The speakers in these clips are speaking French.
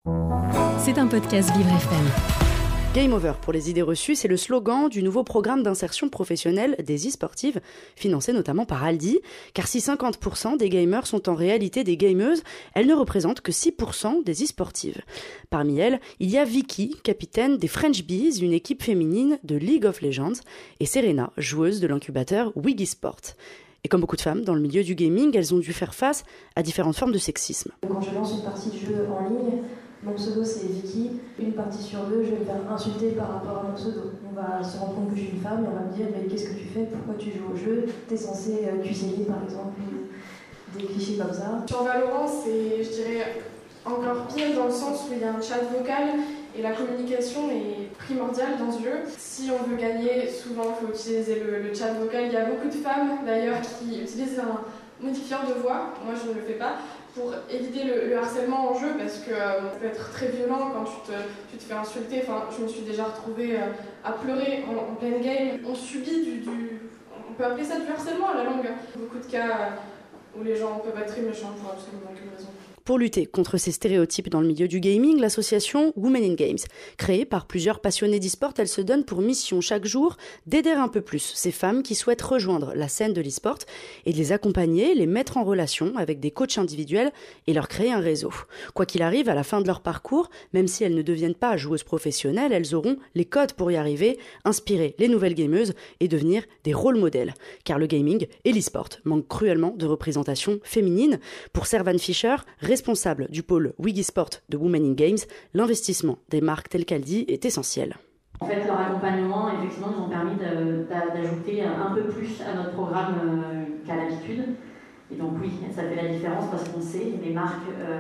C'est un podcast Vivre FM. Game over pour les idées reçues, c'est le slogan du nouveau programme d'insertion professionnelle des e-sportives, financé notamment par Aldi. Car si 50% des gamers sont en réalité des gameuses, elles ne représentent que 6% des e-sportives. Parmi elles, il y a Vicky, capitaine des French Bees, une équipe féminine de League of Legends, et Serena, joueuse de l'incubateur Wiggy Sport. Et comme beaucoup de femmes dans le milieu du gaming, elles ont dû faire face à différentes formes de sexisme. Quand je lance une partie de jeu en ligne, mon pseudo c'est Vicky, une partie sur deux, je vais me faire insulter par rapport à mon pseudo. On va se rendre compte que je suis une femme et on va me dire mais qu'est-ce que tu fais, pourquoi tu joues au jeu, t'es censée cuisiner par exemple, ou des clichés comme ça. Sur Valorant, c'est, je dirais, encore pire dans le sens où il y a un chat vocal et la communication est primordiale dans ce jeu. Si on veut gagner, souvent il faut utiliser le chat vocal. Il y a beaucoup de femmes d'ailleurs qui utilisent un modifieur de voix, moi je ne le fais pas, pour éviter le harcèlement en jeu parce que ça peut être très violent quand tu te fais insulter. Enfin, je me suis déjà retrouvée à pleurer en pleine game. On subit on peut appeler ça du harcèlement à la longue. Beaucoup de cas où les gens peuvent être très méchants pour absolument aucune raison. Pour lutter contre ces stéréotypes dans le milieu du gaming, l'association Women in Games, créée par plusieurs passionnés d'e-sport, elle se donne pour mission chaque jour d'aider un peu plus ces femmes qui souhaitent rejoindre la scène de l'e-sport et de les accompagner, les mettre en relation avec des coachs individuels et leur créer un réseau. Quoi qu'il arrive, à la fin de leur parcours, même si elles ne deviennent pas joueuses professionnelles, elles auront les codes pour y arriver, inspirer les nouvelles gameuses et devenir des rôles modèles. Car le gaming et l'e-sport manquent cruellement de représentation féminine. Pour Servan Fischer, responsable du pôle Wiggy Sport de Women in Games, l'investissement des marques telles qu'Aldi est essentiel. En fait, leur accompagnement, effectivement, nous ont permis d'ajouter un peu plus à notre programme qu'à l'habitude. Et donc oui, ça fait la différence parce qu'on sait, les marques,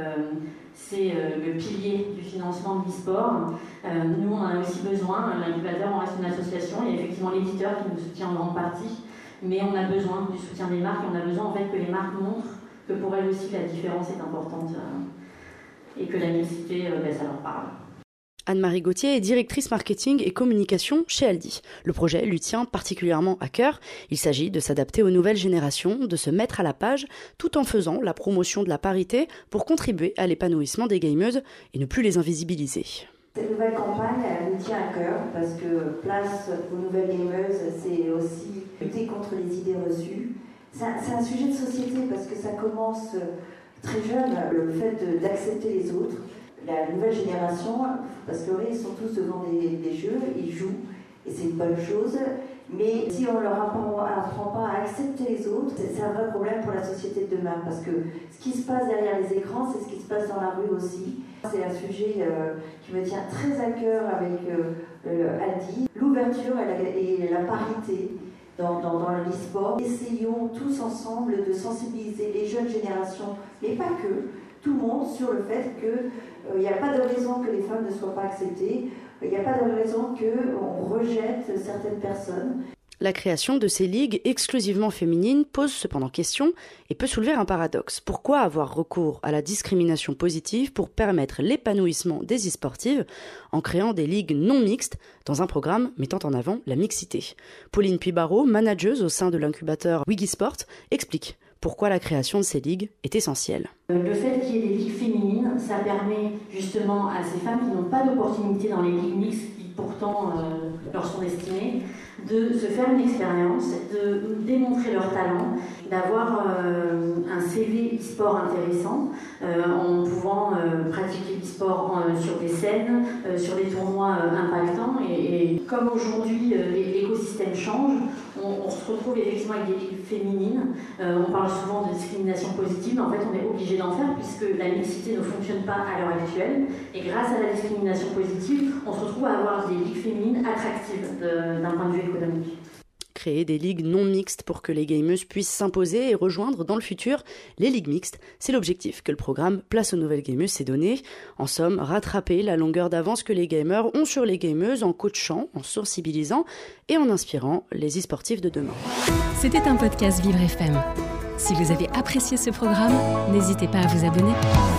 c'est le pilier du financement de l'e-sport. Nous, on en a aussi besoin. L'incubateur, on reste une association. Il y a effectivement l'éditeur qui nous soutient en grande partie. Mais on a besoin du soutien des marques et on a besoin en fait que les marques montrent que pour elles aussi la différence est importante et que la mixité, ça leur parle. Anne-Marie Gauthier est directrice marketing et communication chez Aldi. Le projet lui tient particulièrement à cœur. Il s'agit de s'adapter aux nouvelles générations, de se mettre à la page, tout en faisant la promotion de la parité pour contribuer à l'épanouissement des gameuses et ne plus les invisibiliser. Cette nouvelle campagne, elle nous tient à cœur parce que place aux nouvelles gameuses, c'est aussi lutter contre les idées reçues. C'est un sujet de société parce que ça commence très jeune, le fait d'accepter les autres. La nouvelle génération, parce que ils sont tous devant des jeux, ils jouent, et c'est une bonne chose. Mais si on ne leur apprend pas à accepter les autres, c'est un vrai problème pour la société de demain. Parce que ce qui se passe derrière les écrans, c'est ce qui se passe dans la rue aussi. C'est un sujet qui me tient très à cœur avec Aldi. L'ouverture et la parité dans l'e-sport. Essayons tous ensemble de sensibiliser les jeunes générations, mais pas que, tout le monde sur le fait qu'il n'y a pas de raison que les femmes ne soient pas acceptées, il n'y a pas de raison qu'on rejette certaines personnes. La création de ces ligues exclusivement féminines pose cependant question et peut soulever un paradoxe. Pourquoi avoir recours à la discrimination positive pour permettre l'épanouissement des e-sportives en créant des ligues non mixtes dans un programme mettant en avant la mixité? Pauline Puy-Barrault, manageuse au sein de l'incubateur Wiggy Sport, explique pourquoi la création de ces ligues est essentielle. Le fait qu'il y ait des ligues féminines, ça permet justement à ces femmes qui n'ont pas d'opportunité dans les ligues mixtes qui pourtant leur sont destinées, de se faire une expérience, de démontrer leur talent, d'avoir un CV e-sport intéressant en pouvant pratiquer l'e-sport sur des scènes, sur des tournois impactants. Et comme aujourd'hui l'écosystème change, on se retrouve effectivement avec des ligues féminines. On parle souvent de discrimination positive, mais en fait on est obligé d'en faire puisque la mixité ne fonctionne pas à l'heure actuelle. Et grâce à la discrimination positive, on se retrouve à avoir des ligues féminines attractives d'un point de vue économique. Créer des ligues non mixtes pour que les gameuses puissent s'imposer et rejoindre dans le futur les ligues mixtes, c'est l'objectif que le programme Place aux nouvelles gameuses s'est donné. En somme, rattraper la longueur d'avance que les gamers ont sur les gameuses en coachant, en sensibilisant et en inspirant les e-sportifs de demain. C'était un podcast Vivre FM. Si vous avez apprécié ce programme, n'hésitez pas à vous abonner.